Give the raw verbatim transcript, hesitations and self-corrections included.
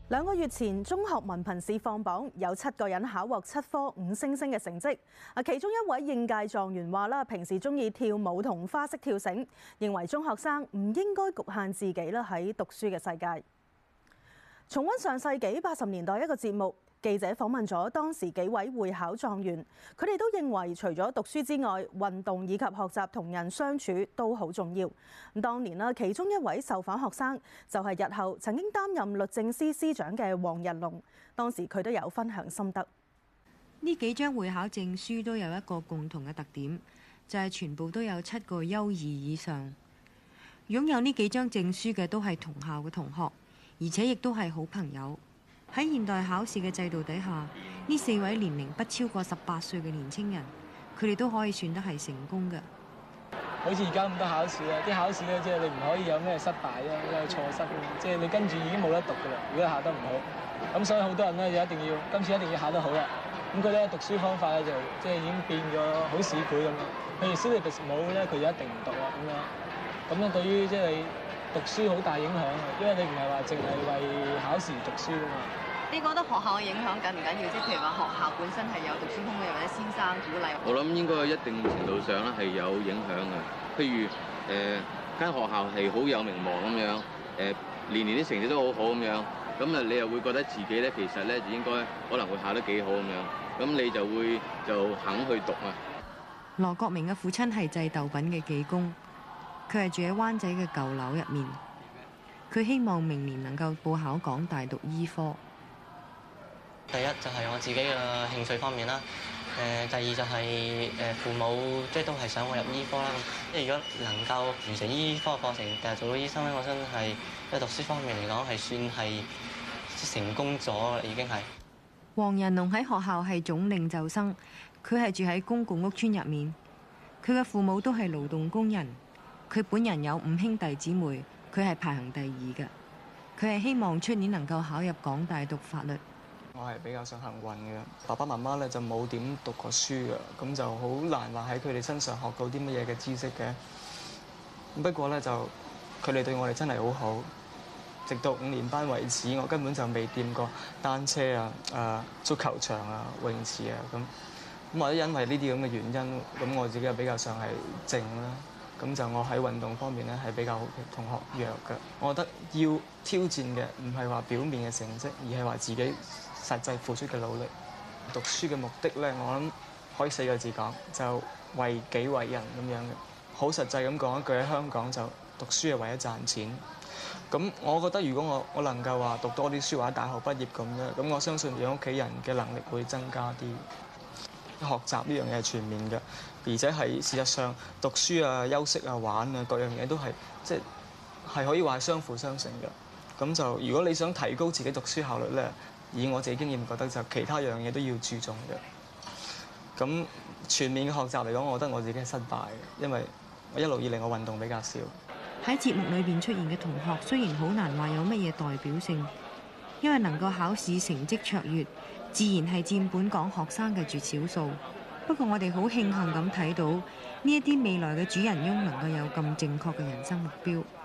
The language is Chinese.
兩個月前，中學文憑試放榜，有七個人考獲七科五星星嘅成績。啊，其中一位應屆狀元話啦，平時中意跳舞同花式跳繩，認為中學生唔應該局限自己啦喺讀書嘅世界。重溫上世紀八十年代一個節目，記者訪問咗當時幾位會考狀元，佢哋都認為除咗讀書之外，運動以及學習同人相處都好重要。咁當年啦，其中一位受訪學生就係日後曾經擔任律政司司長嘅黃日龍，當時佢都有分享心得。 呢幾張會考證書都有一個共同嘅特點，就係全部都有七個優異以上。擁有呢幾張證書嘅都係同校嘅同學，而且亦都係好朋友。喺現代考試嘅制度底下，呢四位年齡不超過十八歲嘅年青人，佢哋都可以算得係成功嘅。 好似而家咁多考試啊，啲考試咧，即係你唔可以有咩失敗啊，有錯失嘅，即係你跟住已經冇得讀㗎啦。如果考得唔好，咁所以好多人咧就一定要今次一定要考得好啦。咁佢咧讀書方法咧就即係已經變咗好市儈咁樣。譬如 syllabus 冇咧，佢就一定唔讀啦咁樣。咁樣對於即係你讀書好大影響啊，因為你唔係話淨係為考試而讀書㗎嘛。 你覺得學校嘅影響緊唔緊要？即係譬如話學校本身係有讀書風氣，或者先生鼓勵。 我諗應該有一定程度上咧係有影響嘅。譬如誒間、呃、學校係好有名望咁樣，誒、呃、年年啲成績都好好咁樣，咁啊你又會覺得自己咧其實咧就應該可能會考得幾好咁樣，咁你就會就肯去讀啊。 羅國明嘅父親係製豆品嘅技工，佢係住喺灣仔嘅舊樓入面。佢希望明年能夠報考港大讀醫科。 第一就係我自己嘅興趣方面啦，誒第二就係誒父母即係都係想我入醫科啦。即係如果能夠完成醫科課程，但係做到醫生咧，我真係喺讀書方面嚟講係算係成功咗啦，已經係。 黃仁龍喺學校係總領袖生，佢係住喺公共屋邨入面。佢嘅父母都係勞動工人，佢本人有五兄弟姊妹，佢係排行第二嘅。佢係希望出年能夠考入港大讀法律。 我係比較上幸運嘅，爸爸媽媽咧就冇點讀過書嘅，咁就好難話喺佢哋身上學到啲乜嘢嘅知識嘅。不過咧就佢哋對我哋真係好好，直到五年班為止，我根本就未掂過單車啊、誒足球場啊、泳池啊咁。咁或者因為呢啲咁嘅原因，咁我自己又比較上係靜啦。咁就我喺運動方面咧係比較同學弱嘅。我覺得要挑戰嘅唔係話表面嘅成績，而係話自己實際付出嘅努力。讀書嘅目的咧，我諗可以四個字講，就為己為人咁樣嘅。好實際咁講一句，喺香港就讀書係為咗賺錢。咁我覺得如果我我能夠話讀多啲書或者大學畢業咁樣，咁我相信養屋企人嘅能力會增加啲。學習呢樣嘢係全面嘅，而且係事實上讀書啊、休息啊、玩啊各樣嘢都係即係係可以話係相輔相成嘅。咁就如果你想提高自己讀書效率咧，以我自己經驗覺得就其他樣嘢都要注重嘅。咁全面嘅學習嚟講，我覺得我自己係失敗嘅，因為我一路以嚟我運動比較少。 喺節目裏邊出現嘅同學雖然好難話有乜嘢代表性，因為能夠考試成績卓越，自然係佔本港學生嘅絕少數。不過我哋好慶幸咁睇到呢一啲未來嘅主人翁能夠有咁正確嘅人生目標。